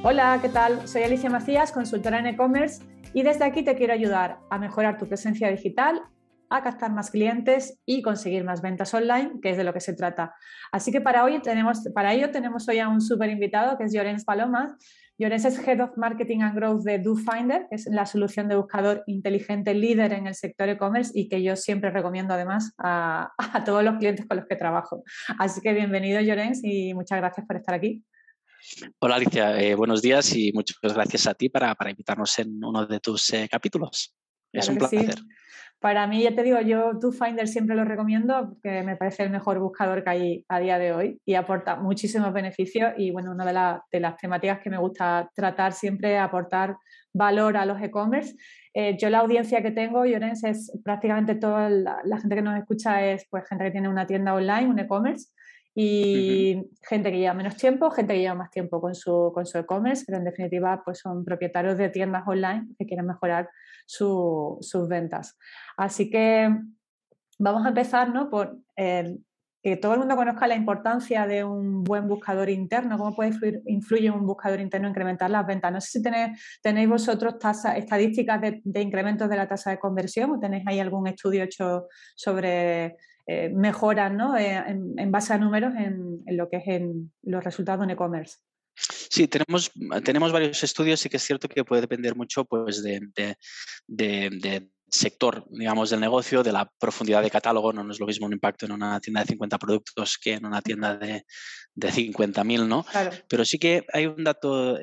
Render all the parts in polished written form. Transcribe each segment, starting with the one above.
Hola, ¿qué tal? Soy Alicia Macías, consultora en e-commerce y desde aquí te quiero ayudar a mejorar tu presencia digital, a captar más clientes y conseguir más ventas online, que es de lo que se trata. Así que para ello tenemos hoy a un súper invitado que es Llorenç Palomas. Llorenç es Head of Marketing and Growth de DoFinder, que es la solución de buscador inteligente líder en el sector e-commerce y que yo siempre recomiendo además a todos los clientes con los que trabajo. Así que bienvenido, Llorenç, y muchas gracias por estar aquí. Hola Alicia, buenos días y muchas gracias a ti para invitarnos en uno de tus capítulos. Claro Es un que sí. placer. Para mí, ya te digo, yo DoFinder siempre lo recomiendo porque me parece el mejor buscador que hay a día de hoy y aporta muchísimos beneficios y bueno, una de las temáticas que me gusta tratar siempre es aportar valor a los e-commerce. Yo la audiencia que tengo, Llorenç, es prácticamente toda la gente que nos escucha es pues gente que tiene una tienda online, un e-commerce y gente que lleva menos tiempo, gente que lleva más tiempo con su e-commerce, pero en definitiva pues son propietarios de tiendas online que quieren mejorar sus ventas. Así que vamos a empezar, ¿no?, por que todo el mundo conozca la importancia de un buen buscador interno, cómo influye un buscador interno en incrementar las ventas. No sé si tenéis vosotros estadísticas de incrementos de la tasa de conversión o tenéis ahí algún estudio hecho sobre mejoras, ¿no?, en base a números en lo que es en los resultados en e-commerce. Sí, tenemos varios estudios y que es cierto que puede depender mucho pues, de sector, digamos, del negocio, de la profundidad de catálogo. No es lo mismo un impacto en una tienda de 50 productos que en una tienda de 50.000, ¿no? Claro. Pero sí que hay un dato,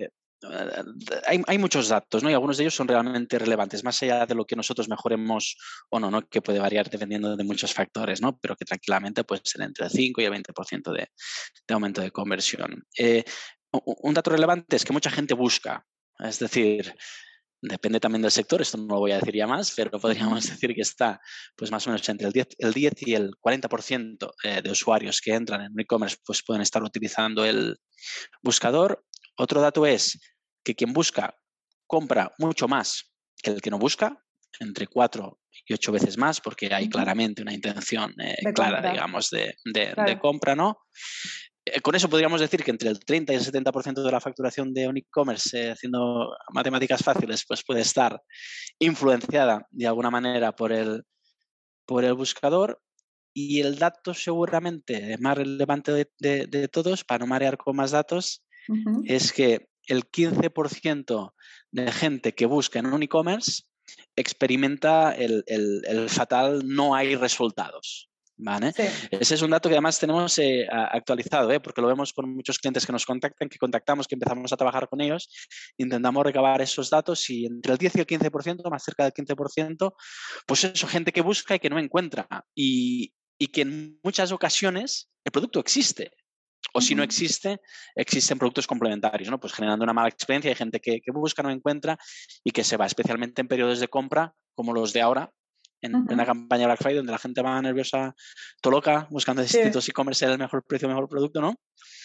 hay muchos datos, ¿no? Y algunos de ellos son realmente relevantes, más allá de lo que nosotros mejoremos o no, ¿no? Que puede variar dependiendo de muchos factores, ¿no? Pero que tranquilamente puede ser entre el 5 y el 20% de aumento de conversión. Un dato relevante es que mucha gente busca, es decir, depende también del sector, esto no lo voy a decir ya más, pero podríamos decir que está pues más o menos entre el 10 y el 40% de usuarios que entran en e-commerce pues pueden estar utilizando el buscador. Otro dato es que quien busca compra mucho más que el que no busca, entre 4 y 8 veces más, porque hay claramente una intención clara, Compra. digamos, de Claro. compra, ¿no? Con eso podríamos decir que entre el 30 y el 70% de la facturación de un e-commerce, haciendo matemáticas fáciles, pues puede estar influenciada de alguna manera por el buscador. Y el dato seguramente más relevante de todos, para no marear con más datos, es que el 15% de gente que busca en un e-commerce experimenta el fatal no hay resultados. ¿Vale? Sí. Ese es un dato que además tenemos actualizado, porque lo vemos con muchos clientes que nos contactan, que contactamos, que empezamos a trabajar con ellos, intentamos recabar esos datos y entre el 10 y el 15%, más cerca del 15%, pues eso, gente que busca y que no encuentra y que en muchas ocasiones el producto existe. O si no existe, existen productos complementarios, ¿no? Pues generando una mala experiencia. Hay gente que busca, no encuentra y que se va, especialmente en periodos de compra como los de ahora, en plena campaña Black Friday, donde la gente va nerviosa, todo loca, buscando distintos e-commerce el mejor precio, mejor producto, ¿no?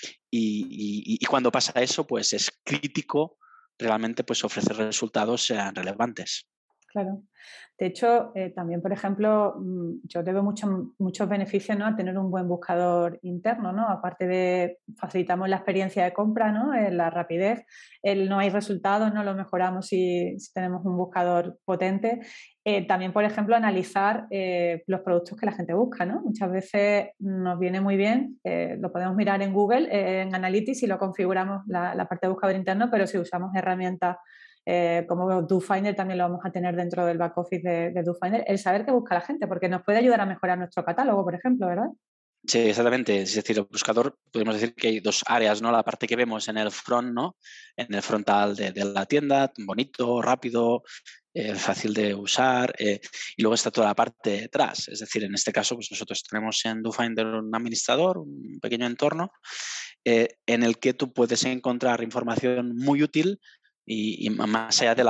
Y cuando pasa eso, pues es crítico realmente pues ofrecer resultados relevantes. Claro. De hecho, también, por ejemplo, yo le veo muchos beneficios, ¿no?, a tener un buen buscador interno, ¿no? Aparte de facilitamos la experiencia de compra, ¿no?, la rapidez, no hay resultados, ¿no?, lo mejoramos si tenemos un buscador potente. También, por ejemplo, analizar los productos que la gente busca, ¿no? Muchas veces nos viene muy bien, lo podemos mirar en Google, en Analytics y lo configuramos la parte de buscador interno, pero si usamos herramientas como DoFinder también lo vamos a tener dentro del back office de DoFinder, el saber qué busca la gente, porque nos puede ayudar a mejorar nuestro catálogo, por ejemplo, ¿verdad? Sí, exactamente. Es decir, el buscador, podemos decir que hay dos áreas, ¿no? La parte que vemos en el front, ¿no? En el frontal de la tienda, bonito, rápido, fácil de usar, y luego está toda la parte de atrás. Es decir, en este caso, pues nosotros tenemos en DoFinder un administrador, un pequeño entorno, en el que tú puedes encontrar información muy útil y más allá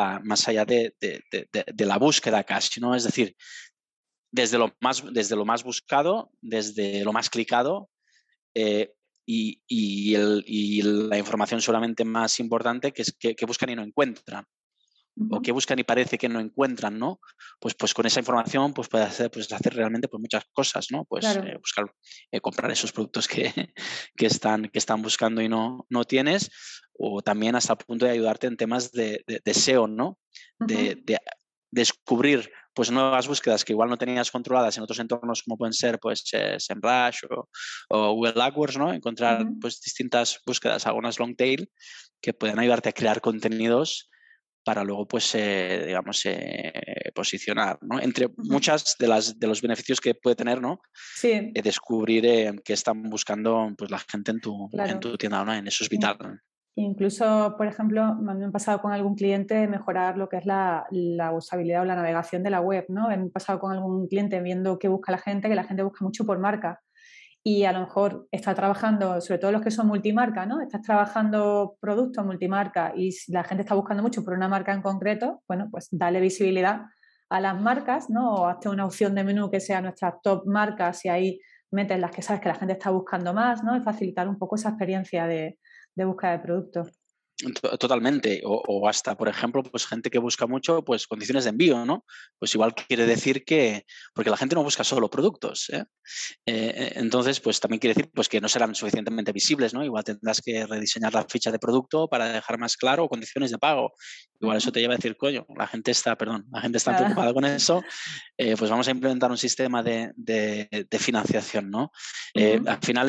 de la búsqueda casi, ¿no? Es decir, desde lo más buscado, desde lo más clicado, y la información solamente más importante, que es que buscan y no encuentran, o que buscan y parece que no encuentran, ¿no? Pues con esa información pues puedes hacer realmente pues muchas cosas, ¿no? Pues Claro. buscar, comprar esos productos que están buscando y no tienes, o también hasta el punto de ayudarte en temas de SEO, ¿no? De descubrir pues nuevas búsquedas que igual no tenías controladas en otros entornos como pueden ser pues SEMrush o Google AdWords, ¿no? Encontrar pues distintas búsquedas, algunas long tail, que pueden ayudarte a crear contenidos para luego pues digamos posicionar, ¿no? Entre muchas de los beneficios que puede tener, ¿no? Sí. Descubrir qué están buscando pues la gente en Claro. tu tienda online, eso es vital. Incluso, por ejemplo, a mí me ha pasado con algún cliente mejorar lo que es la usabilidad o la navegación de la web, ¿no? Me ha pasado con algún cliente viendo qué busca la gente, que la gente busca mucho por marca. Y a lo mejor está trabajando, sobre todo los que son multimarca, ¿no? Estás trabajando productos multimarca y si la gente está buscando mucho por una marca en concreto, bueno, pues dale visibilidad a las marcas, ¿no? O hazte una opción de menú que sea nuestras top marcas y ahí metes las que sabes que la gente está buscando más, ¿no? Y facilitar un poco esa experiencia de búsqueda de productos. Totalmente. O hasta, por ejemplo, pues gente que busca mucho pues condiciones de envío, ¿no? Pues igual quiere decir que, porque la gente no busca solo productos, ¿eh? Entonces, pues también quiere decir pues que no serán suficientemente visibles, ¿no? Igual tendrás que rediseñar la ficha de producto para dejar más claro condiciones de pago. Igual eso te lleva a decir, coño, la gente está tan preocupada con eso, pues vamos a implementar un sistema de financiación, ¿no? Al final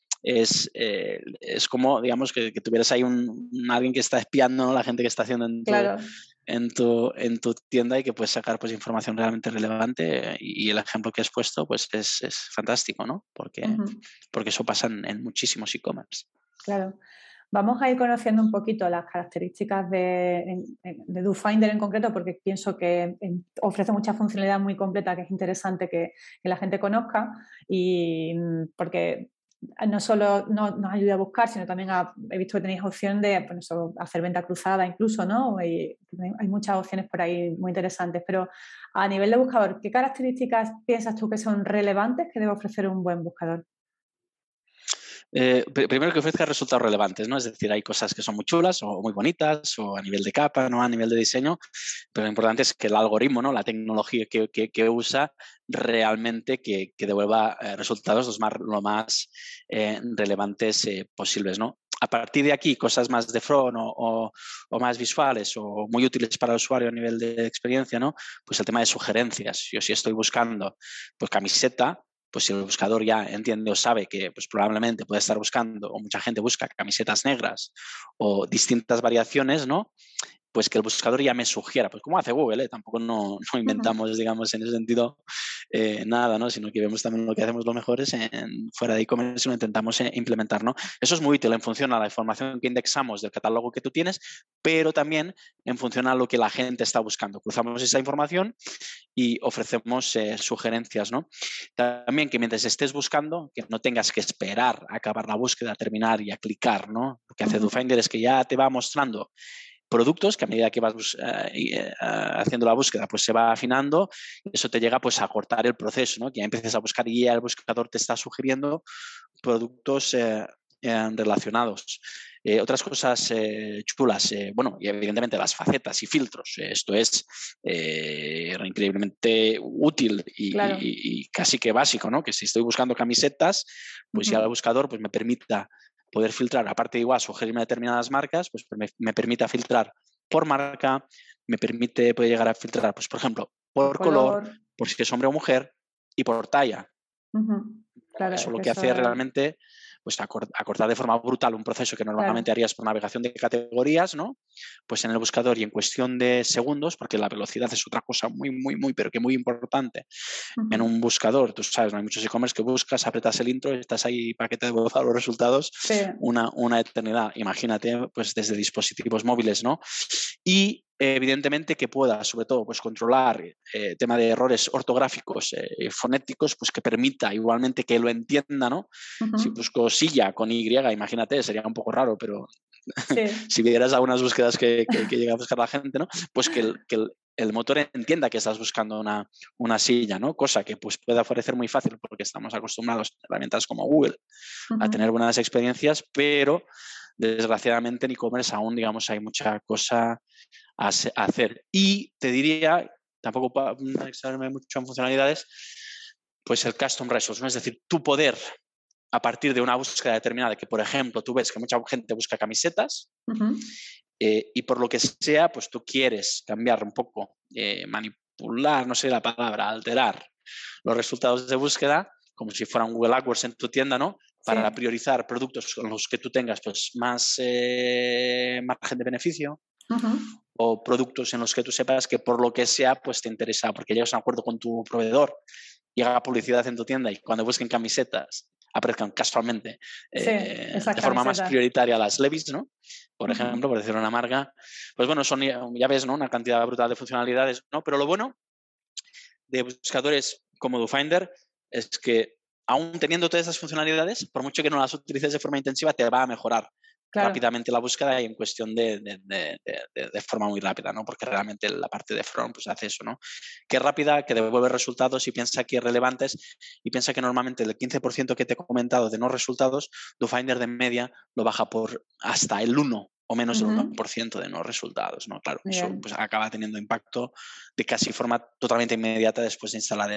es como, digamos, que tuvieras ahí alguien que está espiando, ¿no? La gente que está haciendo Claro. en tu tienda y que puedes sacar pues información realmente relevante y el ejemplo que has puesto pues es fantástico, ¿no? Porque eso pasa en muchísimos e-commerce. Claro. Vamos a ir conociendo un poquito las características de DoFinder en concreto, porque pienso que ofrece mucha funcionalidad muy completa que es interesante que la gente conozca y porque no solo nos ayuda a buscar, sino también he visto que tenéis opción de pues, hacer venta cruzada incluso, ¿no? Y hay muchas opciones por ahí muy interesantes, pero a nivel de buscador, ¿qué características piensas tú que son relevantes que debe ofrecer un buen buscador? Primero que ofrezca resultados relevantes, ¿no? Es decir, hay cosas que son muy chulas o muy bonitas o a nivel de capa, ¿no? A nivel de diseño, pero lo importante es que el algoritmo, ¿no? La tecnología que usa realmente que devuelva resultados lo más relevantes posibles, ¿no? A partir de aquí, cosas más de front o más visuales o muy útiles para el usuario a nivel de experiencia, ¿no? Pues el tema de sugerencias. Yo si estoy buscando pues camiseta, pues si el buscador ya entiende o sabe que pues probablemente puede estar buscando o mucha gente busca camisetas negras o distintas variaciones, ¿no? Pues que el buscador ya me sugiera, pues como hace Google, tampoco no inventamos, digamos, en ese sentido nada, ¿no? Sino que vemos también lo que hacemos los mejores fuera de e-commerce y lo intentamos implementar, ¿no? Eso es muy útil en función a la información que indexamos del catálogo que tú tienes, pero también en función a lo que la gente está buscando. Cruzamos esa información y ofrecemos sugerencias, ¿no? También que mientras estés buscando, que no tengas que esperar a acabar la búsqueda, a terminar y a clicar, ¿no? Lo que hace DoFinder es que ya te va mostrando productos que a medida que vas haciendo la búsqueda pues se va afinando y eso te llega pues a cortar el proceso, ¿no? Que ya empieces a buscar y ya el buscador te está sugiriendo productos relacionados. Otras cosas chulas, bueno, y evidentemente las facetas y filtros. Esto es increíblemente útil Claro. y casi que básico, ¿no? Que si estoy buscando camisetas, pues ya el buscador pues, me permita poder filtrar, aparte de igual sugerirme determinadas marcas, pues me permite filtrar por marca, puede llegar a filtrar, pues por ejemplo, por color, por si es hombre o mujer y por talla. Claro, Eso es lo que que eso hace es... realmente pues acortar de forma brutal un proceso que normalmente Claro. harías por navegación de categorías, ¿no? Pues en el buscador y en cuestión de segundos, porque la velocidad es otra cosa muy, pero que muy importante. En un buscador, tú sabes, no hay muchos e-commerce que buscas, apretas el intro y estás ahí para que te devuelva los resultados Sí. una eternidad. Imagínate, pues desde dispositivos móviles, ¿no? Y evidentemente que pueda, sobre todo, pues controlar tema de errores ortográficos, fonéticos, pues que permita igualmente que lo entienda, ¿no? Si busco silla con Y, imagínate, sería un poco raro, pero Sí. si vieras algunas búsquedas que llega a buscar la gente, ¿no? Pues que el motor entienda que estás buscando una silla, ¿no? Cosa que pues puede parecer muy fácil porque estamos acostumbrados a herramientas como Google a tener buenas experiencias, pero desgraciadamente en e-commerce aún, digamos, hay mucha cosa a hacer. Y te diría, tampoco para extraerme mucho en funcionalidades, pues el custom resource, ¿no? Es decir, tu poder a partir de una búsqueda determinada, que por ejemplo tú ves que mucha gente busca camisetas, Ujú. Y por lo que sea, pues tú quieres cambiar un poco, manipular, no sé la palabra, alterar los resultados de búsqueda, como si fuera un Google AdWords en tu tienda, ¿no? Para Sí. priorizar productos con los que tú tengas pues, más margen de beneficio Ujú. o productos en los que tú sepas que por lo que sea, pues te interesa, porque llegas a un acuerdo con tu proveedor y haga publicidad en tu tienda y cuando busquen camisetas aparezcan casualmente Sí, esas de forma más camisetas. prioritaria las Levi's, ¿no? Por Ujú. ejemplo, por decir una marca, pues bueno, son, ya ves, ¿no? Una cantidad brutal de funcionalidades, ¿no? Pero lo bueno de buscadores como DoFinder es que aún teniendo todas esas funcionalidades, por mucho que no las utilices de forma intensiva, te va a mejorar Claro. rápidamente la búsqueda y en cuestión de forma muy rápida, ¿no? Porque realmente la parte de front pues hace eso, ¿no? Que es rápida, que devuelve resultados y piensa que es relevantes y piensa que normalmente el 15% que te he comentado de no resultados, DoFinder de media lo baja por hasta el 1 o menos del Ujú. 1% de no resultados, ¿no? Claro, eso Bien. pues acaba teniendo impacto de casi forma totalmente inmediata después de instalar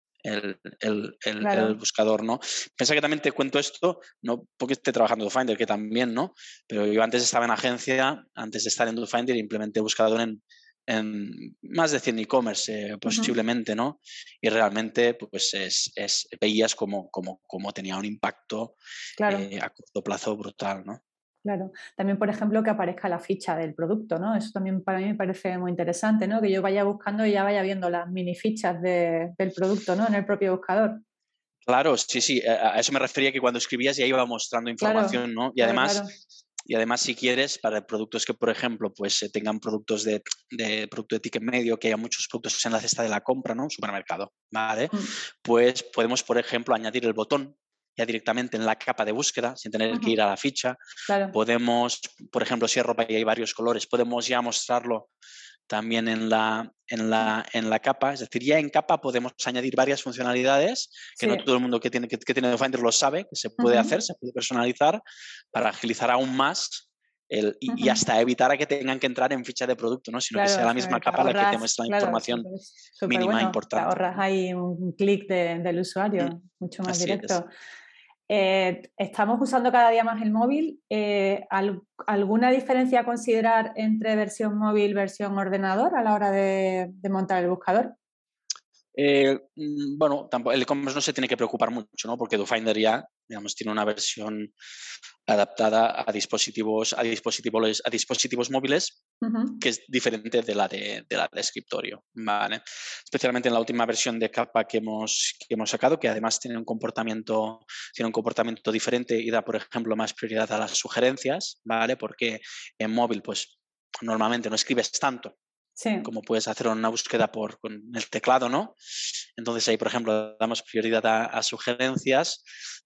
el Claro. buscador, ¿no? Piensa que también te cuento esto, no porque esté trabajando en Finder, que también, ¿no? Pero yo antes estaba en agencia, antes de estar en DoFinder, implementé buscador en más de 100 e-commerce, Ujú. posiblemente, ¿no? Y realmente, pues, veías como tenía un impacto Claro. a corto plazo brutal, ¿no? Claro. También, por ejemplo, que aparezca la ficha del producto, ¿no? Eso también para mí me parece muy interesante, ¿no? Que yo vaya buscando y ya vaya viendo las mini fichas del producto, ¿no? En el propio buscador. Claro, sí, sí, a eso me refería que cuando escribías ya iba mostrando Claro, información, ¿no? claro, claro. Y además, si quieres, para productos que, por ejemplo, pues tengan productos de producto de ticket medio, que haya muchos productos en la cesta de la compra, ¿no? Un supermercado, ¿vale? Mm. Pues podemos, por ejemplo, añadir el botón ya directamente en la capa de búsqueda, sin tener que ir Ujú. a la ficha. Claro. Podemos, por ejemplo, si es ropa y hay varios colores, podemos ya mostrarlo también en la capa. Es decir, ya en capa podemos añadir varias funcionalidades que no Sí. todo el mundo que tiene Finder lo sabe, que se puede hacer, Ujú. se puede personalizar para agilizar aún más y Ujú. hasta evitar a que tengan que entrar en ficha de producto, ¿no? Sino que Claro, sea o la sea, misma te capa la que te ahorras, muestra la claro, eso información es súper mínima bueno. Te importante, ahorras ¿no? ahí un clic del Mm, usuario, mucho más así es. directo. Estamos usando cada día más el móvil. ¿Alguna diferencia a considerar entre versión móvil y versión ordenador a la hora de montar el buscador? Bueno, el e-commerce no se tiene que preocupar mucho, ¿no? Porque DoFinder ya, digamos, tiene una versión adaptada a dispositivos móviles Ujú. que es diferente de la de escritorio, ¿vale? Especialmente en la última versión de capa que hemos sacado, que además tiene un comportamiento diferente y da, por ejemplo, más prioridad a las sugerencias, ¿vale? Porque en móvil, pues, normalmente no escribes tanto Sí. como puedes hacer una búsqueda con el teclado, ¿no? Entonces ahí, por ejemplo, damos prioridad a sugerencias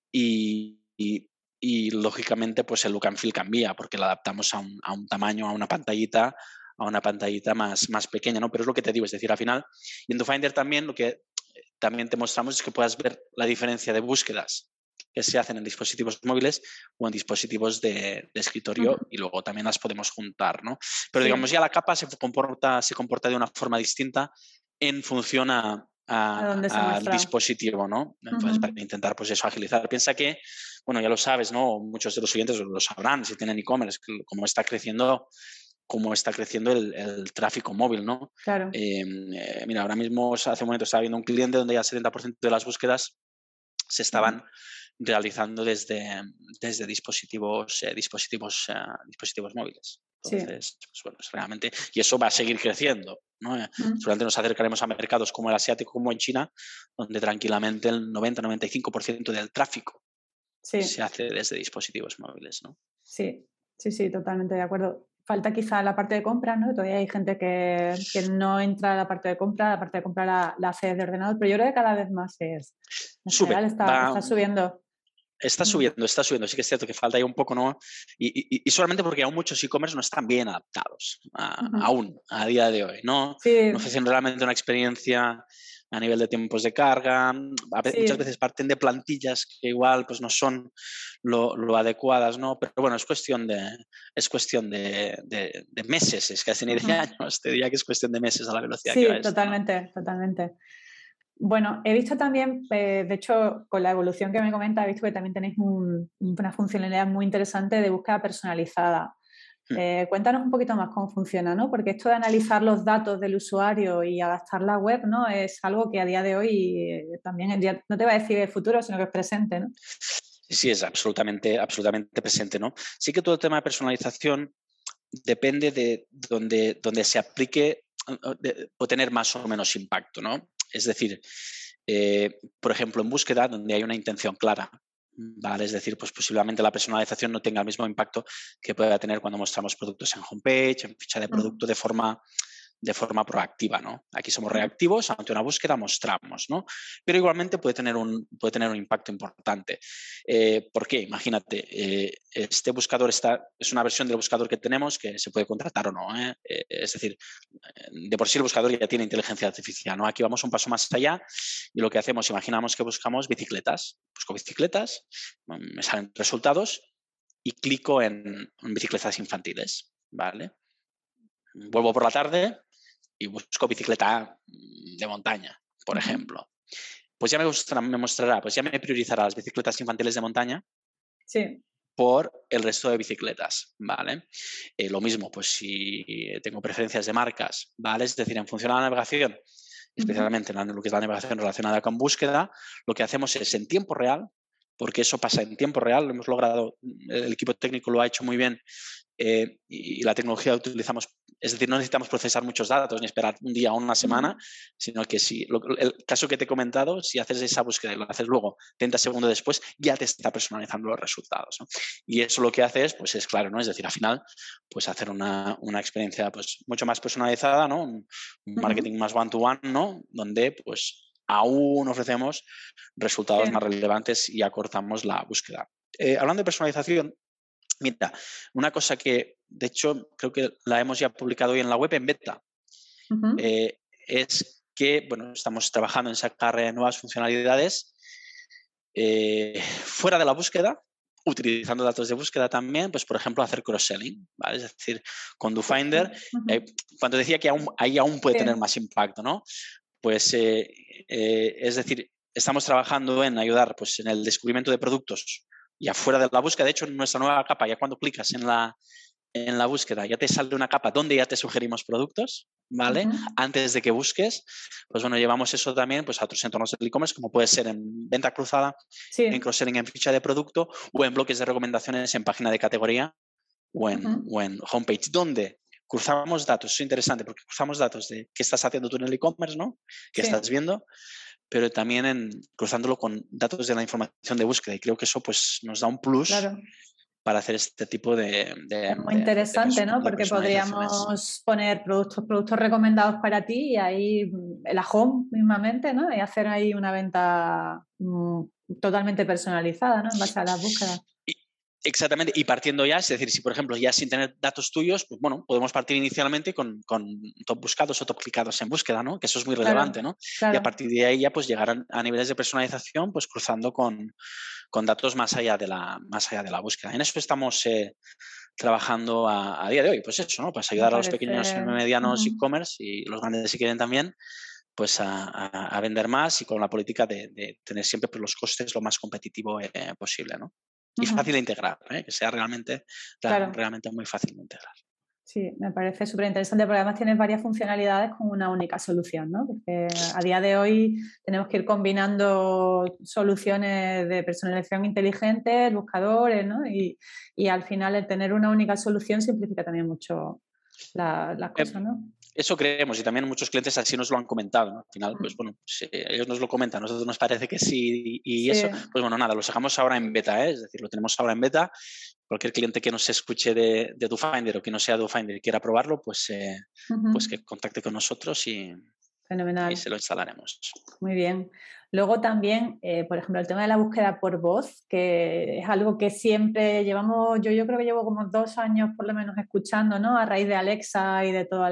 y, lógicamente, pues el look and feel cambia porque lo adaptamos a un tamaño, a una pantallita más pequeña, ¿no? Pero es lo que te digo, es decir, al final, y en DoFinder también lo que también te mostramos es que puedas ver la diferencia de búsquedas que se hacen en dispositivos móviles o en dispositivos de Ujú. escritorio y luego también las podemos juntar, ¿no? Pero digamos Sí. ya la capa se comporta de una forma distinta en función ¿A dónde se al muestra? dispositivo, ¿no? Entonces, para Ujú. intentar pues eso, agilizar. Piensa que, bueno, ya lo sabes, ¿no? Muchos de los oyentes lo sabrán si tienen e-commerce, cómo está creciendo el tráfico móvil, ¿no? Claro. Mira, ahora mismo, hace un momento estaba viendo un cliente donde ya el 70% de las búsquedas se Ujú. estaban realizando desde dispositivos móviles. Sí. Entonces, pues bueno, es realmente, y eso va a seguir creciendo, ¿no? Mm. Seguramente nos acercaremos a mercados como el asiático, como en China, donde tranquilamente el 90-95% del tráfico se Sí. hace desde dispositivos móviles, ¿no? Sí, sí, sí, totalmente de acuerdo. Falta quizá la parte de compra, ¿no? Todavía hay gente que no entra a la parte de compra la hace desde ordenador, pero yo creo que cada vez más en Sube, general está subiendo. está Mm. subiendo, está subiendo. Sí que es cierto que falta ahí un poco, ¿no? Y solamente porque aún muchos e-commerce no están bien adaptados, Ujú. aún, a día de hoy, ¿no? No Sí, ofrecen realmente una experiencia a nivel de tiempos de carga. Muchas sí, veces parten de plantillas que igual pues no son lo adecuadas, ¿no? Pero bueno, es cuestión de meses, es casi ni de ujú. años, te diría que es cuestión de meses a la velocidad que va Sí, esto, ¿no? totalmente, totalmente. Bueno, he visto también, de hecho, con la evolución que me comenta, he visto que también tenéis una funcionalidad muy interesante de búsqueda personalizada. Cuéntanos un poquito más cómo funciona, ¿no? Porque esto de analizar los datos del usuario y adaptar la web, ¿no? Es algo que a día de hoy también, no te voy a decir el futuro, sino que es presente, ¿no? Sí, es absolutamente, absolutamente presente, ¿no? Sí que todo el tema de personalización depende de donde se aplique o tener más o menos impacto, ¿no? Es decir, por ejemplo, en búsqueda, donde hay una intención clara, ¿vale? Es decir, pues posiblemente la personalización no tenga el mismo impacto que pueda tener cuando mostramos productos en homepage, en ficha de producto de forma proactiva, ¿no? Aquí somos reactivos, ante una búsqueda mostramos, ¿no? Pero igualmente puede tener un impacto importante. ¿Por qué? Imagínate, este buscador es una versión del buscador que tenemos que se puede contratar o no, ¿eh? Es decir, de por sí el buscador ya tiene inteligencia artificial, ¿no? Aquí vamos un paso más allá y lo que hacemos, imaginamos que buscamos bicicletas. Busco bicicletas, me salen resultados y clico en bicicletas infantiles, ¿vale? Vuelvo por la tarde y busco bicicleta de montaña, por ejemplo. Pues ya me mostrará, pues ya me priorizará las bicicletas infantiles de montaña Sí. por el resto de bicicletas, ¿vale? Lo mismo, pues si tengo preferencias de marcas, ¿vale? Es decir, en función de la navegación, especialmente en lo que es la navegación relacionada con búsqueda, lo que hacemos es en tiempo real, porque eso pasa en tiempo real, lo hemos logrado, el equipo técnico lo ha hecho muy bien, y la tecnología la utilizamos, es decir, no necesitamos procesar muchos datos ni esperar un día o una semana, sino que si el caso que te he comentado, si haces esa búsqueda y lo haces luego 30 segundos después, ya te está personalizando los resultados, ¿no? Y eso lo que hace es claro, ¿no? Es decir, al final, pues hacer una experiencia pues mucho más personalizada, ¿no? Un marketing más one-to-one, ¿no? Donde pues aún ofrecemos resultados Sí. más relevantes y acortamos la búsqueda. Hablando de personalización, mira, una cosa que de hecho creo que la hemos ya publicado hoy en la web en beta, es que bueno, estamos trabajando en sacar nuevas funcionalidades fuera de la búsqueda, utilizando datos de búsqueda también, pues por ejemplo hacer cross-selling, ¿vale? Es decir, con DoFinder, cuando decía que ahí aún puede tener más impacto, ¿no? Pues es decir, estamos trabajando en ayudar pues, en el descubrimiento de productos y afuera de la búsqueda. De hecho, en nuestra nueva capa, ya cuando clicas en la búsqueda, ya te sale una capa donde ya te sugerimos productos, ¿vale? Antes de que busques, pues bueno, llevamos eso también pues, a otros entornos del e-commerce, como puede ser en venta cruzada, en cross-selling en ficha de producto o en bloques de recomendaciones en página de categoría o en homepage, donde cruzamos datos. Es interesante porque cruzamos datos de qué estás haciendo tú en el e-commerce, ¿no? ¿Qué estás viendo? Pero también cruzándolo con datos de la información de búsqueda. Y creo que eso pues, nos da un plus para hacer este tipo de Es muy interesante, ¿no? de Porque personalizaciones. podríamos poner productos recomendados para ti y ahí en la home mismamente, ¿no? Y hacer ahí una venta totalmente personalizada, ¿no? En base a las búsquedas. Exactamente, y partiendo ya, es decir, si por ejemplo ya sin tener datos tuyos, pues bueno, podemos partir inicialmente con top buscados o top clicados en búsqueda, ¿no? Que eso es muy relevante, ¿no? Y a partir de ahí ya pues llegar a niveles de personalización, pues cruzando con datos más allá de la búsqueda. En eso estamos trabajando a día de hoy, pues eso, ¿no? Pues Me ayudar a los pequeños y parece. medianos e-commerce y los grandes si quieren también, pues a vender más y con la política de tener siempre pues, los costes lo más competitivo posible, ¿no? Y fácil de integrar, que sea realmente muy fácil de integrar. Sí, me parece súper interesante porque además tienes varias funcionalidades con una única solución, ¿no? Porque a día de hoy tenemos que ir combinando soluciones de personalización inteligente, buscadores, ¿no? Y al final el tener una única solución simplifica también mucho las cosas, ¿no? Eso creemos y también muchos clientes así nos lo han comentado, ¿no? Al final, pues bueno, pues, ellos nos lo comentan, a nosotros nos parece que sí y eso, pues bueno, nada, lo sacamos ahora en beta, es decir, lo tenemos ahora en beta. Cualquier cliente que nos escuche de DoFinder o que no sea DoFinder y quiera probarlo, pues que contacte con nosotros y Fenomenal. se lo instalaremos. Muy bien. Luego también, por ejemplo, el tema de la búsqueda por voz, que es algo que siempre llevamos, yo creo que llevo como 2 años por lo menos escuchando, ¿no? A raíz de Alexa y de todos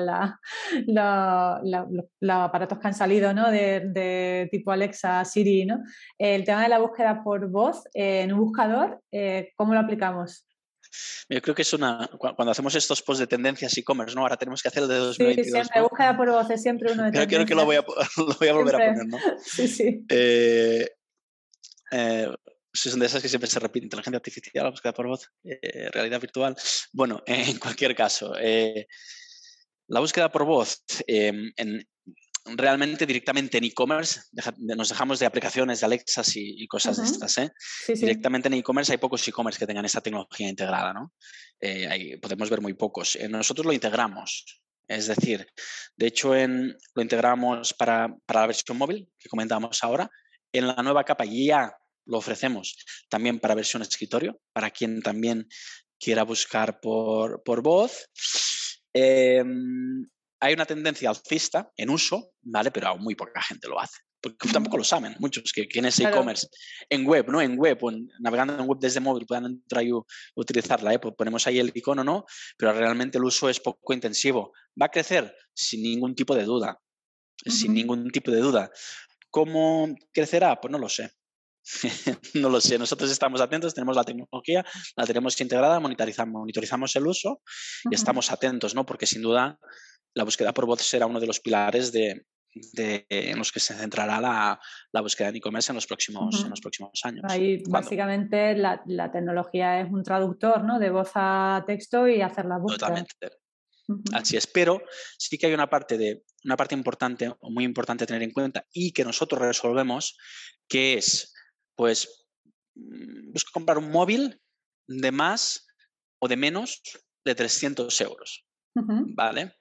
los aparatos que han salido, ¿no? De tipo Alexa, Siri, ¿no? El tema de la búsqueda por voz en un buscador, ¿cómo lo aplicamos? Yo creo que es cuando hacemos estos posts de tendencias e-commerce, ¿no? Ahora tenemos que hacer el de Sí, 2022, siempre, ¿no? búsqueda por voz es siempre uno de Creo que lo tendencias. voy a volver a Siempre. poner, ¿no? Sí, sí. son de esas que siempre se repite, inteligencia artificial, la búsqueda por voz, realidad virtual. Bueno, en cualquier caso, la búsqueda por voz realmente directamente en e-commerce, nos dejamos de aplicaciones de Alexas y cosas de estas, ¿eh? Sí, sí. Directamente en e-commerce hay pocos e-commerce que tengan esta tecnología integrada, ¿no? Podemos ver muy pocos. Nosotros lo integramos. Es decir, de hecho lo integramos para la versión móvil que comentábamos ahora. En la nueva capa ya lo ofrecemos también para versión escritorio, para quien también quiera buscar por voz. Hay una tendencia alcista en uso, ¿vale? Pero aún muy poca gente lo hace. Porque tampoco lo saben muchos que en ese e-commerce, en web, ¿no? En web o navegando en web desde móvil puedan entrar y utilizarla, ¿eh? Pues ponemos ahí el icono, ¿no? Pero realmente el uso es poco intensivo. ¿Va a crecer? Sin ningún tipo de duda. Sin ningún tipo de duda. ¿Cómo crecerá? Pues no lo sé. No lo sé. Nosotros estamos atentos, tenemos la tecnología, la tenemos integrada, monitorizamos el uso y estamos atentos, ¿no? Porque sin duda la búsqueda por voz será uno de los pilares en los que se centrará la búsqueda en e-commerce en los próximos años. Ahí básicamente la tecnología es un traductor, ¿no? De voz a texto y hacer la búsqueda. Totalmente. Así es, pero sí que hay una parte importante o muy importante a tener en cuenta y que nosotros resolvemos, que es, pues, busco comprar un móvil de más o de menos de 300 euros, ¿vale?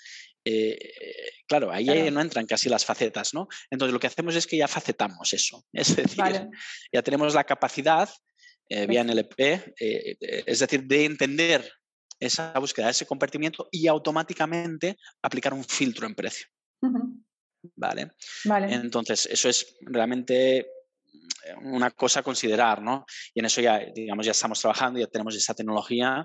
Claro, ahí no entran casi las facetas, ¿no? Entonces lo que hacemos es que ya facetamos eso, es decir, ya tenemos la capacidad vía NLP, es decir, de entender esa búsqueda, ese compartimiento y automáticamente aplicar un filtro en precio, ¿vale? Entonces eso es realmente una cosa a considerar, ¿no? Y en eso ya, digamos, ya estamos trabajando, ya tenemos esa tecnología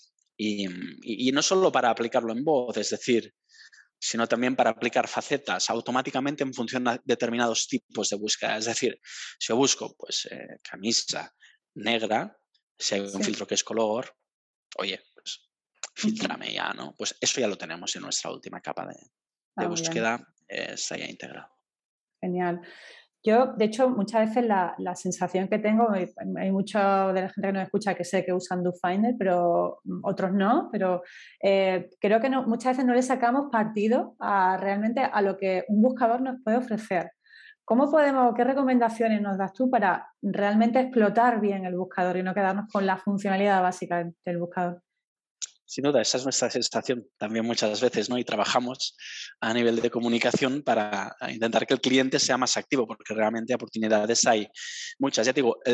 y no solo para aplicarlo en voz, es decir, sino también para aplicar facetas automáticamente en función de determinados tipos de búsqueda. Es decir, si yo busco pues, camisa negra, si hay un filtro que es color, oye, pues filtrame ya, ¿no? Pues eso ya lo tenemos en nuestra última capa de búsqueda, está ya integrado. Genial. Yo, de hecho, muchas veces la sensación que tengo, hay mucha de la gente que nos escucha que sé que usan DoFinder, pero otros no, pero creo que muchas veces no le sacamos partido realmente a lo que un buscador nos puede ofrecer. ¿Qué recomendaciones nos das tú para realmente explotar bien el buscador y no quedarnos con la funcionalidad básica del buscador? Sin duda, esa es nuestra sensación también muchas veces, ¿no? Y trabajamos a nivel de comunicación para intentar que el cliente sea más activo, porque realmente oportunidades hay muchas. Ya te digo,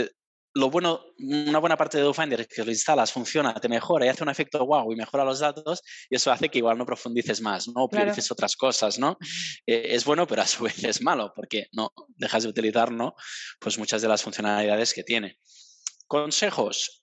una buena parte de DoFinder es que lo instalas, funciona, te mejora y hace un efecto wow y mejora los datos y eso hace que igual no profundices más, ¿no? O priorices otras cosas, ¿no? Es bueno, pero a su vez es malo porque no dejas de utilizar, ¿no? Pues muchas de las funcionalidades que tiene. Consejos.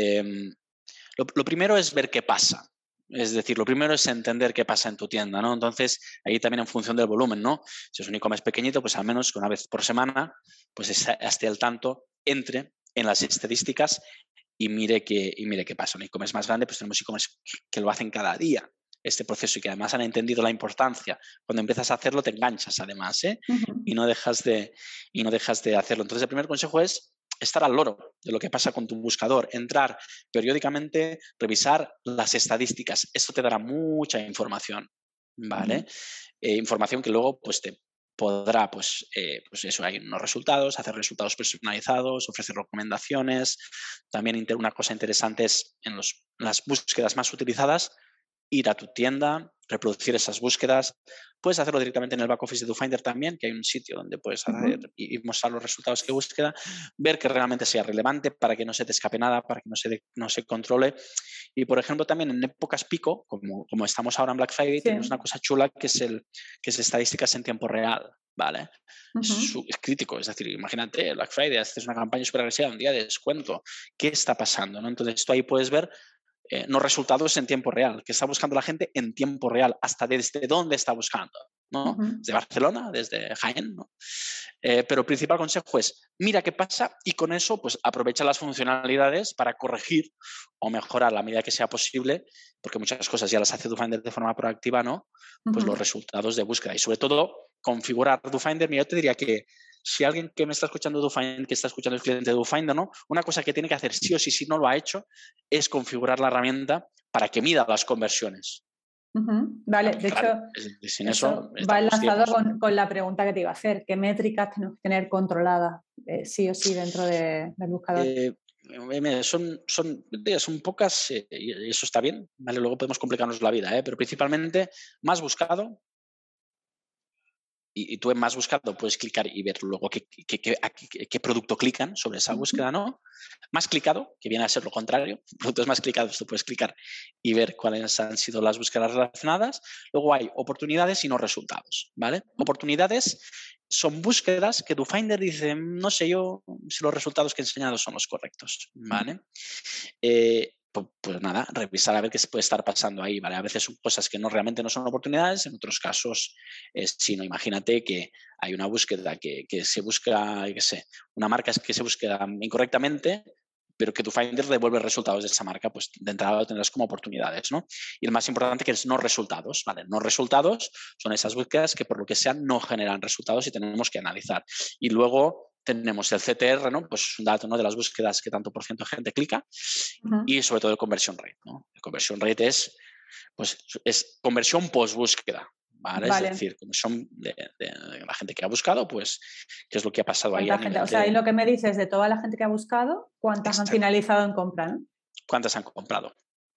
Lo primero es ver qué pasa. Es decir, lo primero es entender qué pasa en tu tienda, ¿no? Entonces, ahí también en función del volumen, ¿no? Si es un e-commerce pequeñito, pues al menos que una vez por semana, pues esté al tanto, entre en las estadísticas y mire qué pasa. Un e-commerce más grande, pues tenemos e-commerce que lo hacen cada día este proceso y que además han entendido la importancia. Cuando empiezas a hacerlo, te enganchas además, ¿eh? Y no dejas de hacerlo. Entonces, el primer consejo es estar al loro de lo que pasa con tu buscador, entrar periódicamente, revisar las estadísticas. Esto te dará mucha información, ¿vale? Información que luego pues te podrá, pues eso, hay unos resultados, hacer resultados personalizados, ofrecer recomendaciones. También una cosa interesante es en las búsquedas más utilizadas, ir a tu tienda, reproducir esas búsquedas. Puedes hacerlo directamente en el back office de DoFinder también, que hay un sitio donde puedes hacer y mostrar los resultados que búsqueda, ver que realmente sea relevante para que no se te escape nada, para que no se controle. Y, por ejemplo, también en épocas pico, como estamos ahora en Black Friday, tenemos una cosa chula que es estadísticas en tiempo real, ¿vale? Es crítico, es decir, imagínate, Black Friday, haces una campaña súper agresiva, un día de descuento, ¿qué está pasando? ¿No? Entonces, tú ahí puedes ver los resultados en tiempo real, que está buscando la gente en tiempo real, hasta desde dónde está buscando, ¿no? Desde Barcelona, desde Jaén, ¿no? Pero el principal consejo es, mira qué pasa y con eso pues aprovecha las funcionalidades para corregir o mejorar a la medida que sea posible, porque muchas cosas ya las hace DoFinder de forma proactiva, ¿no? Pues los resultados de búsqueda y sobre todo configurar DoFinder, mira, yo te diría que si alguien que me está escuchando DoFinder, que está escuchando el cliente de DoFinder, ¿no? Una cosa que tiene que hacer sí o sí, si no lo ha hecho, es configurar la herramienta para que mida las conversiones. Vale, de hecho, Claro, sin eso va estamos enlazado ciegos. con la pregunta que te iba a hacer. ¿Qué métricas tenemos que tener controladas sí o sí dentro del buscador? Son pocas, y eso está bien, ¿vale? Luego podemos complicarnos la vida, pero principalmente más buscado, y tú en más buscado puedes clicar y ver luego qué producto clican sobre esa búsqueda, ¿no? Más clicado, que viene a ser lo contrario, productos más clicados, tú puedes clicar y ver cuáles han sido las búsquedas relacionadas. Luego hay oportunidades y no resultados, ¿vale? Oportunidades son búsquedas que tu Finder dice, no sé yo si los resultados que he enseñado son los correctos, ¿vale? Pues nada, revisar a ver qué se puede estar pasando ahí, ¿vale? A veces son cosas que realmente no son oportunidades, en otros casos sí, ¿no? Imagínate que hay una búsqueda que se busca, qué sé, una marca que se busca incorrectamente, pero que tu Finder devuelve resultados de esa marca, pues de entrada lo tendrás como oportunidades, ¿no? Y el más importante que es no resultados, ¿vale? No resultados son esas búsquedas que por lo que sea no generan resultados y tenemos que analizar. Y luego tenemos el CTR, ¿no? Pues un dato, ¿no? De las búsquedas que tanto por ciento de gente clica y sobre todo el conversion rate, ¿no? El conversion rate es conversión post búsqueda, ¿vale? Es Vale. decir, conversión de la gente que ha buscado, pues, qué es lo que ha pasado ahí a ¿Cuánta gente? nivel O sea, de... ahí lo que me dices de toda la gente que ha buscado, ¿cuántas han Exacto. finalizado en compra, no? ¿Cuántas han comprado?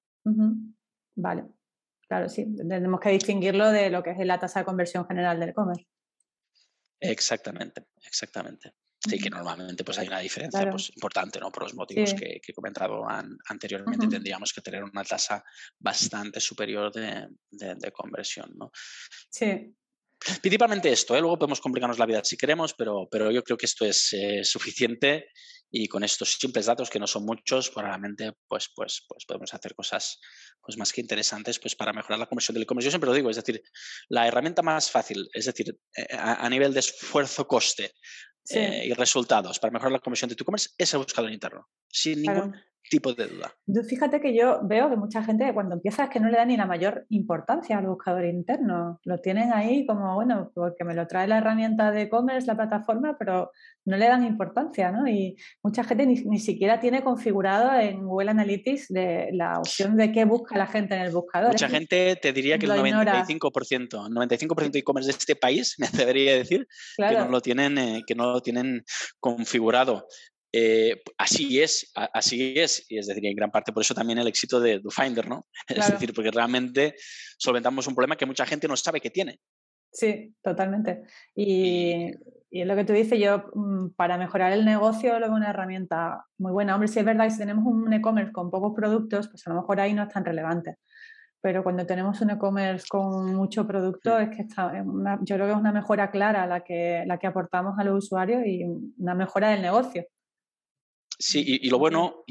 Vale. Claro, sí. Tenemos que distinguirlo de lo que es la tasa de conversión general del e-commerce. Exactamente, exactamente. Sí, que normalmente pues hay una diferencia Claro. pues, importante, ¿no? Por los motivos Sí. que he comentado anteriormente, tendríamos que tener una tasa bastante superior de conversión, ¿no? Sí. Principalmente esto, luego podemos complicarnos la vida si queremos, pero yo creo que esto es suficiente y con estos simples datos, que no son muchos, pues realmente pues podemos hacer cosas pues más que interesantes pues para mejorar la conversión del e-commerce. Yo siempre lo digo, es decir, la herramienta más fácil, es decir, a nivel de esfuerzo-coste Sí, y resultados para mejorar la conversión de tu e-commerce es el buscador interno, sin ningún claro. tipo de duda. Fíjate que yo veo que mucha gente cuando empieza es que no le da ni la mayor importancia al buscador interno. Lo tienen ahí como, bueno, porque me lo trae la herramienta de e-commerce, la plataforma, pero no le dan importancia, ¿no? Y mucha gente ni siquiera tiene configurado en Google Analytics de la opción de qué busca la gente en el buscador. Es Mucha que gente te diría que el lo ignora. 95% de e-commerce de este país, me atrevería a decir, Claro, que no lo tienen configurado. Así es, y es decir, en gran parte por eso también el éxito de DoFinder, ¿no? Es claro. decir, porque realmente solventamos un problema que mucha gente no sabe que tiene. Sí, totalmente. Y Y es lo que tú dices, yo para mejorar el negocio lo veo una herramienta muy buena. Hombre, si es verdad que si tenemos un e-commerce con pocos productos, pues a lo mejor ahí no es tan relevante. Pero cuando tenemos un e-commerce con mucho producto, es que yo creo que es una mejora clara la que aportamos a los usuarios y una mejora del negocio. En sí, ese y lo sentido. bueno,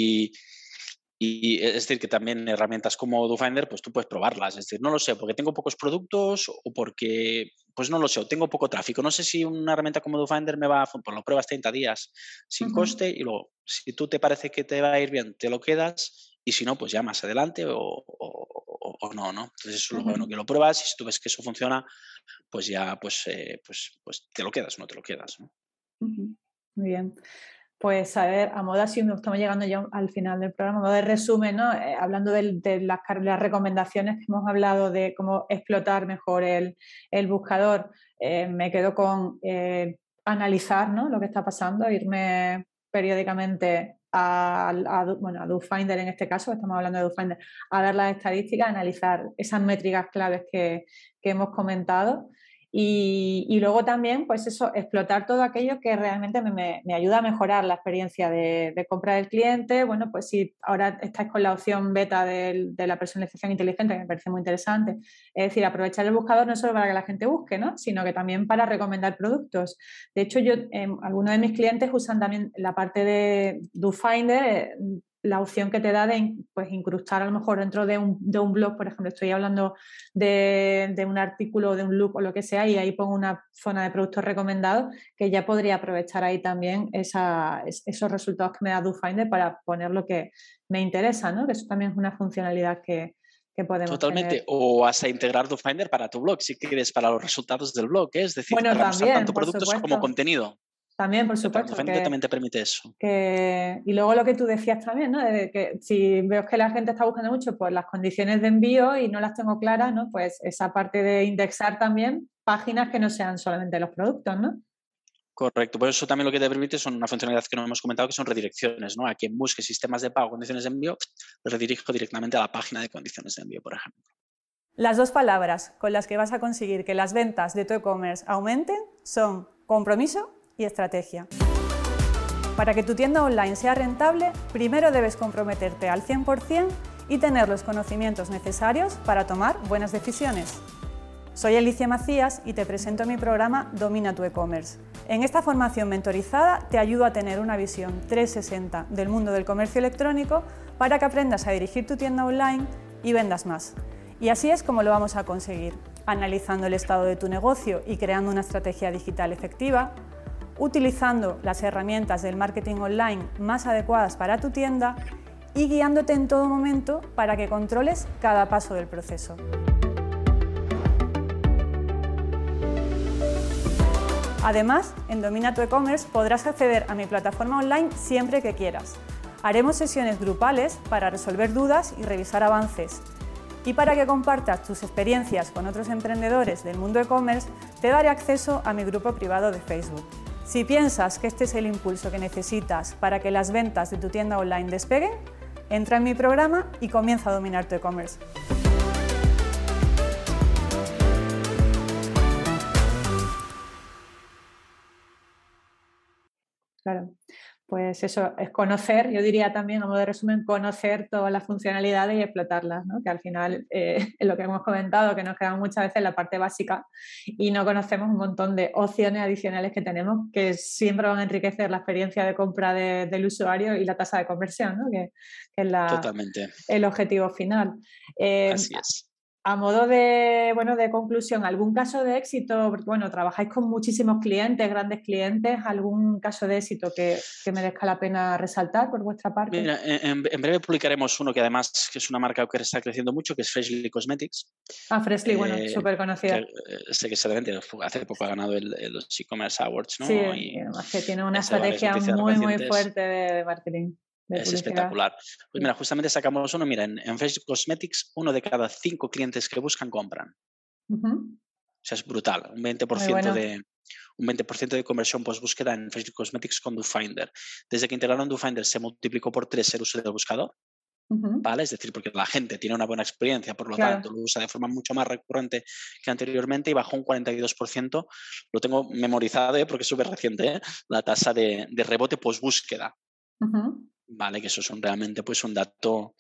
y es decir, que también herramientas como DoFinder, pues tú puedes probarlas. Es decir, no lo sé, porque tengo pocos productos o porque, pues no lo sé, o tengo poco tráfico. No sé si una herramienta como DoFinder me va a... Pues lo pruebas 30 días sin Ujú, coste y luego, si tú te parece que te va a ir bien, te lo quedas y si no, pues ya más adelante o no, ¿no? Entonces eso es lo bueno, ujú, que lo pruebas y si tú ves que eso funciona, pues ya, pues te lo quedas, no te lo quedas, ¿no? ujú. Muy bien. Pues a ver, a modo así, estamos llegando ya al final del programa, a modo de resumen, ¿no? Hablando de las recomendaciones que hemos hablado de cómo explotar mejor el buscador, me quedo con analizar, ¿no? Lo que está pasando, irme periódicamente a DoFinder en este caso, estamos hablando de DoFinder, a ver las estadísticas, analizar esas métricas claves que hemos comentado. Y luego también, pues eso, explotar todo aquello que realmente me ayuda a mejorar la experiencia de compra del cliente. Bueno, pues si ahora estáis con la opción beta de la personalización inteligente, que me parece muy interesante, es decir, aprovechar el buscador no solo para que la gente busque, ¿no? Sino que también para recomendar productos. De hecho, algunos de mis clientes usan también la parte de DoFinder, la opción que te da de pues, incrustar a lo mejor dentro de un blog, por ejemplo, estoy hablando de un artículo, de un look o lo que sea, y ahí pongo una zona de productos recomendados que ya podría aprovechar ahí también esos resultados que me da DoFinder para poner lo que me interesa, ¿no? Que eso también es una funcionalidad que podemos Totalmente. tener. O hasta integrar DoFinder para tu blog, si quieres, para los resultados del blog. Es decir, Bueno, para mostrar también, tanto por productos como supuesto. contenido. También, por Exactamente, supuesto, DoFinder también te permite eso. y luego lo que tú decías también, ¿no? De que si veo que la gente está buscando mucho pues las condiciones de envío y no las tengo claras, ¿no? Pues esa parte de indexar también páginas que no sean solamente los productos, ¿no? Correcto, por eso también lo que te permite son una funcionalidad que no hemos comentado, que son redirecciones, ¿no? A quien busque sistemas de pago, condiciones de envío, lo redirijo directamente a la página de condiciones de envío, por ejemplo. Las dos palabras con las que vas a conseguir que las ventas de tu e-commerce aumenten son compromiso y estrategia. Para que tu tienda online sea rentable, primero debes comprometerte al 100% y tener los conocimientos necesarios para tomar buenas decisiones. Soy Alicia Macías y te presento mi programa Domina tu e-commerce. En esta formación mentorizada te ayudo a tener una visión 360 del mundo del comercio electrónico para que aprendas a dirigir tu tienda online y vendas más. Y así es como lo vamos a conseguir, analizando el estado de tu negocio y creando una estrategia digital efectiva, utilizando las herramientas del marketing online más adecuadas para tu tienda y guiándote en todo momento para que controles cada paso del proceso. Además, en Domina tu e-commerce podrás acceder a mi plataforma online siempre que quieras. Haremos sesiones grupales para resolver dudas y revisar avances. Y para que compartas tus experiencias con otros emprendedores del mundo e-commerce, te daré acceso a mi grupo privado de Facebook. Si piensas que este es el impulso que necesitas para que las ventas de tu tienda online despeguen, entra en mi programa y comienza a dominar tu e-commerce. Claro, pues eso es conocer, yo diría también, a modo de resumen, conocer todas las funcionalidades y explotarlas, ¿no? Que al final es lo que hemos comentado, que nos quedamos muchas veces en la parte básica y no conocemos un montón de opciones adicionales que tenemos que siempre van a enriquecer la experiencia de compra del usuario y la tasa de conversión, ¿no? Que es Totalmente. el objetivo final. Así es. A modo de conclusión, ¿algún caso de éxito? Porque, bueno, trabajáis con muchísimos clientes, grandes clientes. ¿Algún caso de éxito que merezca la pena resaltar por vuestra parte? Mira, en breve publicaremos uno que además que es una marca que está creciendo mucho, que es Freshly Cosmetics. Freshly, bueno, súper conocida. Sé que exactamente, hace poco ha ganado los e-commerce awards, ¿no? Sí, y además que tiene una varias estrategia noticias muy recientes. fuerte de marketing. Es espectacular. Pues mira, justamente sacamos uno, mira, en Freshly Cosmetics, 1 de cada 5 clientes que buscan compran. O sea, es brutal. Un 20% de conversión post búsqueda en Freshly Cosmetics con DoFinder. Desde que integraron DoFinder se multiplicó por 3 el uso del buscador. ¿Vale? Es decir, porque la gente tiene una buena experiencia, por lo tanto lo usa de forma mucho más recurrente que anteriormente y bajó un 42%. Lo tengo memorizado porque es súper reciente, la tasa de rebote post búsqueda. Vale, que eso es realmente pues un dato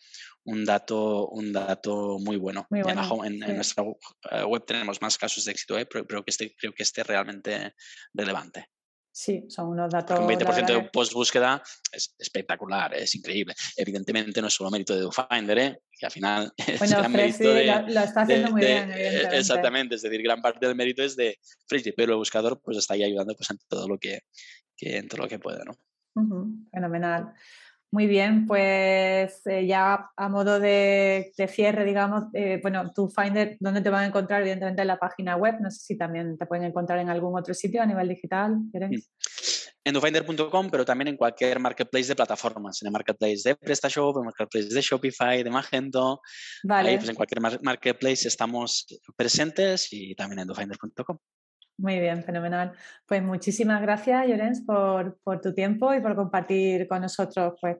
muy bueno. Muy bueno, Abajo en nuestra web tenemos más casos de éxito, pero creo que este es realmente relevante. Sí, son unos datos. Porque un 20% de post búsqueda es espectacular, es increíble. Evidentemente no es solo mérito de DoFinder, que al final bueno, es mérito lo está haciendo muy bien, evidentemente. Exactamente, es decir, gran parte del mérito es de Freshly, pero el buscador pues está ahí ayudando pues en todo lo que puede, ¿no? Fenomenal. Muy bien, pues ya a modo de cierre, digamos, bueno, DoFinder, ¿dónde te van a encontrar? Evidentemente en la página web, no sé si también te pueden encontrar en algún otro sitio a nivel digital, ¿queréis? En dofinder.com, pero también en cualquier marketplace de plataformas, en el marketplace de PrestaShop, en el marketplace de Shopify, de Magento. Vale. Ahí, pues en cualquier marketplace estamos presentes y también en dofinder.com. Muy bien, fenomenal. Pues muchísimas gracias, Llorens, por tu tiempo y por compartir con nosotros pues,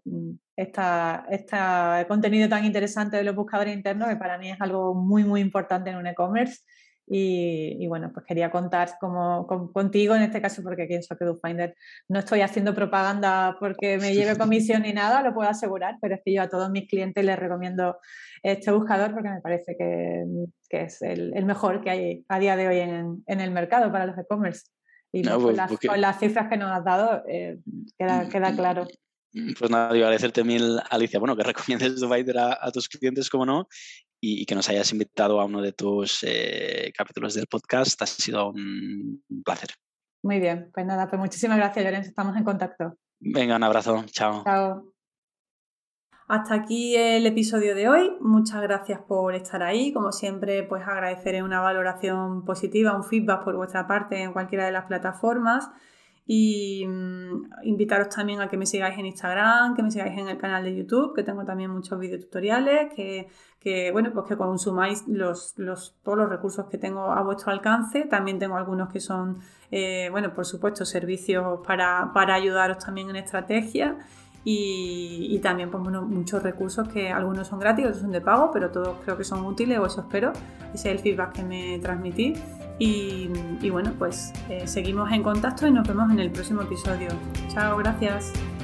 este contenido tan interesante de los buscadores internos, que para mí es algo muy importante en un e-commerce. Y bueno, pues quería contar contigo en este caso, porque pienso que DoFinder no estoy haciendo propaganda porque me lleve comisión ni nada, lo puedo asegurar, pero es que yo a todos mis clientes les recomiendo este buscador porque me parece que es el mejor que hay a día de hoy en el mercado para los e-commerce. Y con las cifras que nos has dado queda claro. Pues nada, digo, agradecerte mil, Alicia, bueno, que recomiendes DoFinder a tus clientes, como no, y que nos hayas invitado a uno de tus capítulos del podcast. Ha sido un placer. Muy bien, pues nada, pues muchísimas gracias, Llorens, estamos en contacto. Venga, un abrazo, chao. Chao. Hasta aquí el episodio de hoy. Muchas gracias por estar ahí. Como siempre, pues agradeceré una valoración positiva, un feedback por vuestra parte en cualquiera de las plataformas. Y invitaros también a que me sigáis en Instagram, que me sigáis en el canal de YouTube, que tengo también muchos videotutoriales, que consumáis todos los recursos que tengo a vuestro alcance. También tengo algunos que son, por supuesto, servicios para ayudaros también en estrategia. Y también pues, muchos recursos que algunos son gratis, otros son de pago, pero todos creo que son útiles, o eso espero. Ese es el feedback que me transmitís. Y bueno, pues seguimos en contacto y nos vemos en el próximo episodio. Chao, gracias.